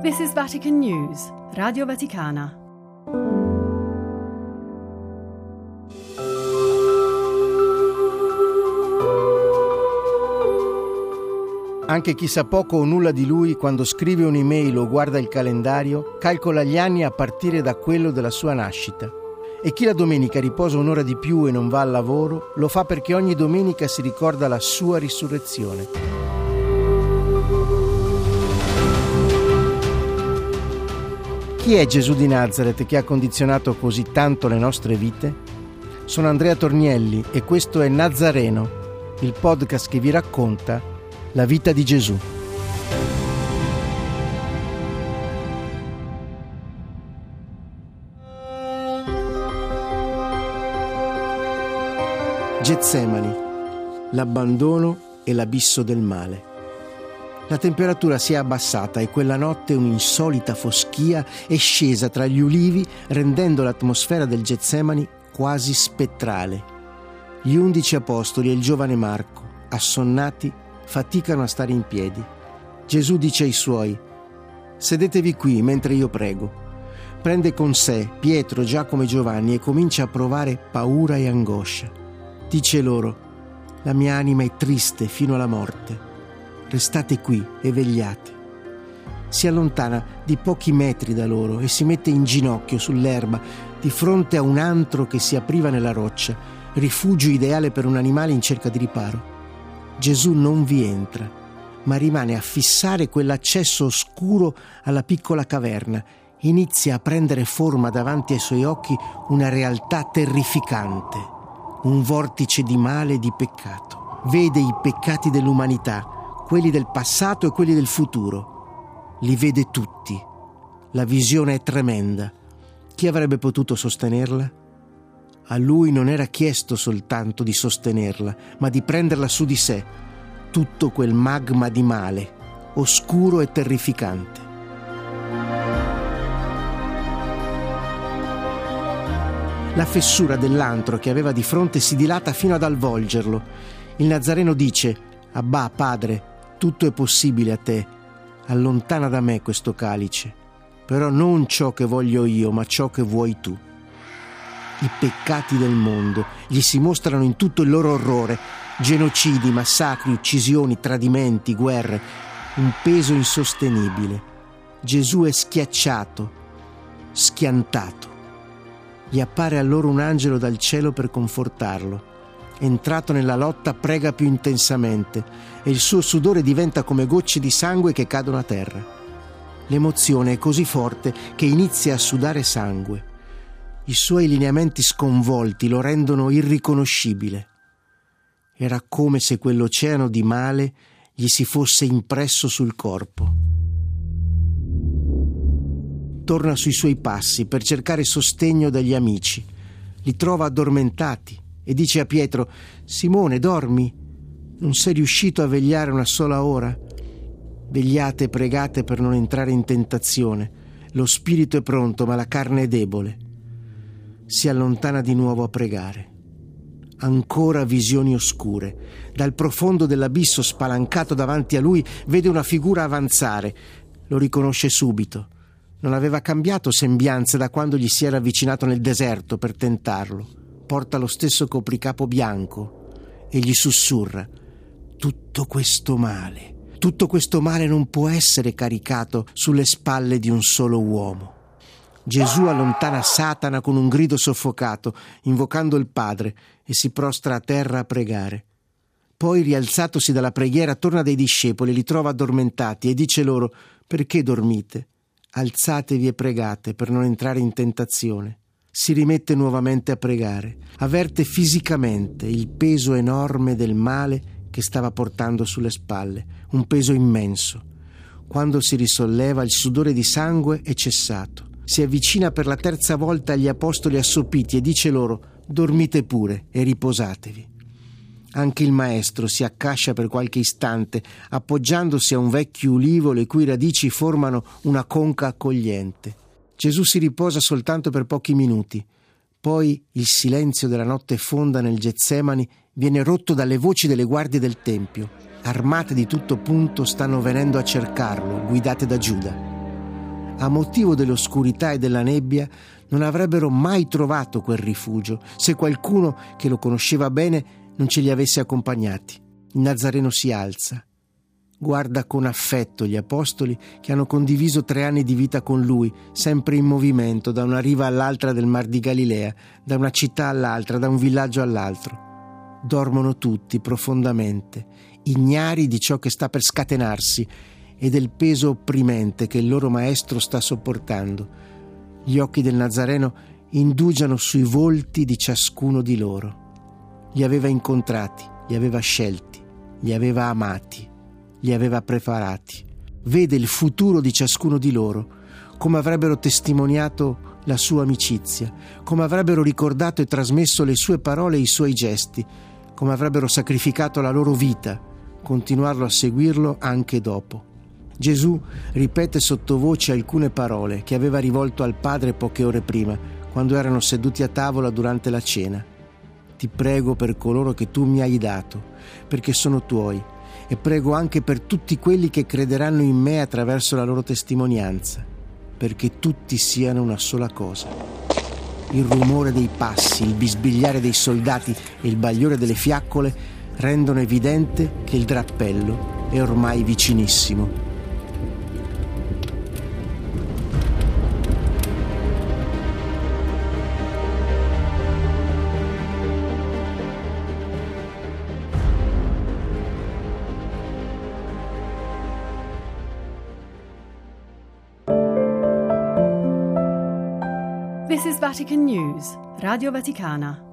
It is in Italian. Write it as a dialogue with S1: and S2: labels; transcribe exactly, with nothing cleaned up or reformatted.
S1: This is Vatican News, Radio Vaticana.
S2: Anche chi sa poco o nulla di lui, quando scrive un'email o guarda il calendario, calcola gli anni a partire da quello della sua nascita. E chi la domenica riposa un'ora di più e non va al lavoro, lo fa perché ogni domenica si ricorda la sua risurrezione. Chi è Gesù di Nazareth che ha condizionato così tanto le nostre vite? Sono Andrea Tornielli e questo è Nazareno, il podcast che vi racconta la vita di Gesù. Getsemani, l'abbandono e l'abisso del male. La temperatura si è abbassata e quella notte un'insolita foschia è scesa tra gli ulivi, rendendo l'atmosfera del Getsemani quasi spettrale. Gli undici apostoli e il giovane Marco, assonnati, faticano a stare in piedi. Gesù dice ai suoi: «Sedetevi qui mentre io prego». Prende con sé Pietro, Giacomo e Giovanni e comincia a provare paura e angoscia. Dice loro: «La mia anima è triste fino alla morte. Restate qui e vegliate». Si allontana di pochi metri da loro e si mette in ginocchio sull'erba di fronte a un antro che si apriva nella roccia, rifugio ideale per un animale in cerca di riparo. Gesù non vi entra, ma rimane a fissare quell'accesso oscuro alla piccola caverna. Inizia a prendere forma davanti ai suoi occhi una realtà terrificante, un vortice di male e di peccato. Vede i peccati dell'umanità, quelli del passato e quelli del futuro. Li vede tutti. La visione è tremenda. Chi avrebbe potuto sostenerla? A lui non era chiesto soltanto di sostenerla, ma di prenderla su di sé, tutto quel magma di male, oscuro e terrificante. La fessura dell'antro che aveva di fronte si dilata fino ad avvolgerlo. Il Nazareno dice: «Abbà, Padre, tutto è possibile a te. Allontana da me questo calice, però non ciò che voglio io, ma ciò che vuoi tu». I peccati del mondo gli si mostrano in tutto il loro orrore: genocidi, massacri, uccisioni, tradimenti, guerre, un peso insostenibile. Gesù è schiacciato, schiantato. Gli appare allora un angelo dal cielo per confortarlo. Entrato nella lotta, prega più intensamente e il suo sudore diventa come gocce di sangue che cadono a terra. L'emozione è così forte che inizia a sudare sangue. I suoi lineamenti sconvolti lo rendono irriconoscibile. Era come se quell'oceano di male gli si fosse impresso sul corpo. Torna sui suoi passi per cercare sostegno dagli amici. Li trova addormentati e dice a Pietro: «Simone, dormi? Non sei riuscito a vegliare una sola ora? Vegliate e pregate per non entrare in tentazione. Lo spirito è pronto, ma la carne è debole». Si allontana di nuovo a pregare. Ancora visioni oscure. Dal profondo dell'abisso spalancato davanti a lui vede una figura avanzare. Lo riconosce subito. Non aveva cambiato sembianze da quando gli si era avvicinato nel deserto per tentarlo. Porta lo stesso copricapo bianco e gli sussurra: «Tutto questo male, tutto questo male non può essere caricato sulle spalle di un solo uomo». Gesù allontana Satana con un grido soffocato, invocando il Padre, e si prostra a terra a pregare. Poi, rialzatosi dalla preghiera, torna dai discepoli, li trova addormentati e dice loro: «Perché dormite? Alzatevi e pregate per non entrare in tentazione». Si rimette nuovamente a pregare. Avverte fisicamente il peso enorme del male che stava portando sulle spalle, un peso immenso. Quando si risolleva, il sudore di sangue è cessato. Si avvicina per la terza volta agli apostoli assopiti e dice loro: «Dormite pure e riposatevi». Anche il maestro si accascia per qualche istante, appoggiandosi a un vecchio ulivo le cui radici formano una conca accogliente. Gesù si riposa soltanto per pochi minuti. Poi il silenzio della notte fonda nel Getsemani viene rotto dalle voci delle guardie del Tempio. Armate di tutto punto stanno venendo a cercarlo, guidate da Giuda. a motivo dell'oscurità e della nebbia, non avrebbero mai trovato quel rifugio se qualcuno che lo conosceva bene non ce li avesse accompagnati. Il Nazareno si alza, guarda con affetto gli apostoli che hanno condiviso tre anni di vita con lui, sempre in movimento da una riva all'altra del Mar di Galilea, da una città all'altra, da un villaggio all'altro. Dormono tutti profondamente, ignari di ciò che sta per scatenarsi e del peso opprimente che il loro maestro sta sopportando. Gli occhi del Nazareno indugiano sui volti di ciascuno di loro. Li aveva incontrati, li aveva scelti, li aveva amati, li aveva preparati. Vede il futuro di ciascuno di loro, come avrebbero testimoniato la sua amicizia, come avrebbero ricordato e trasmesso le sue parole e i suoi gesti, come avrebbero sacrificato la loro vita, continuarlo a seguirlo anche dopo. Gesù ripete sottovoce alcune parole che aveva rivolto al Padre poche ore prima, quando erano seduti a tavola durante la cena. Ti prego per coloro che tu mi hai dato, perché sono tuoi, e prego anche per tutti quelli che crederanno in me attraverso la loro testimonianza, perché tutti siano una sola cosa. Il rumore dei passi, il bisbigliare dei soldati e il bagliore delle fiaccole rendono evidente che il drappello è ormai vicinissimo.
S1: This is Vatican News, Radio Vaticana.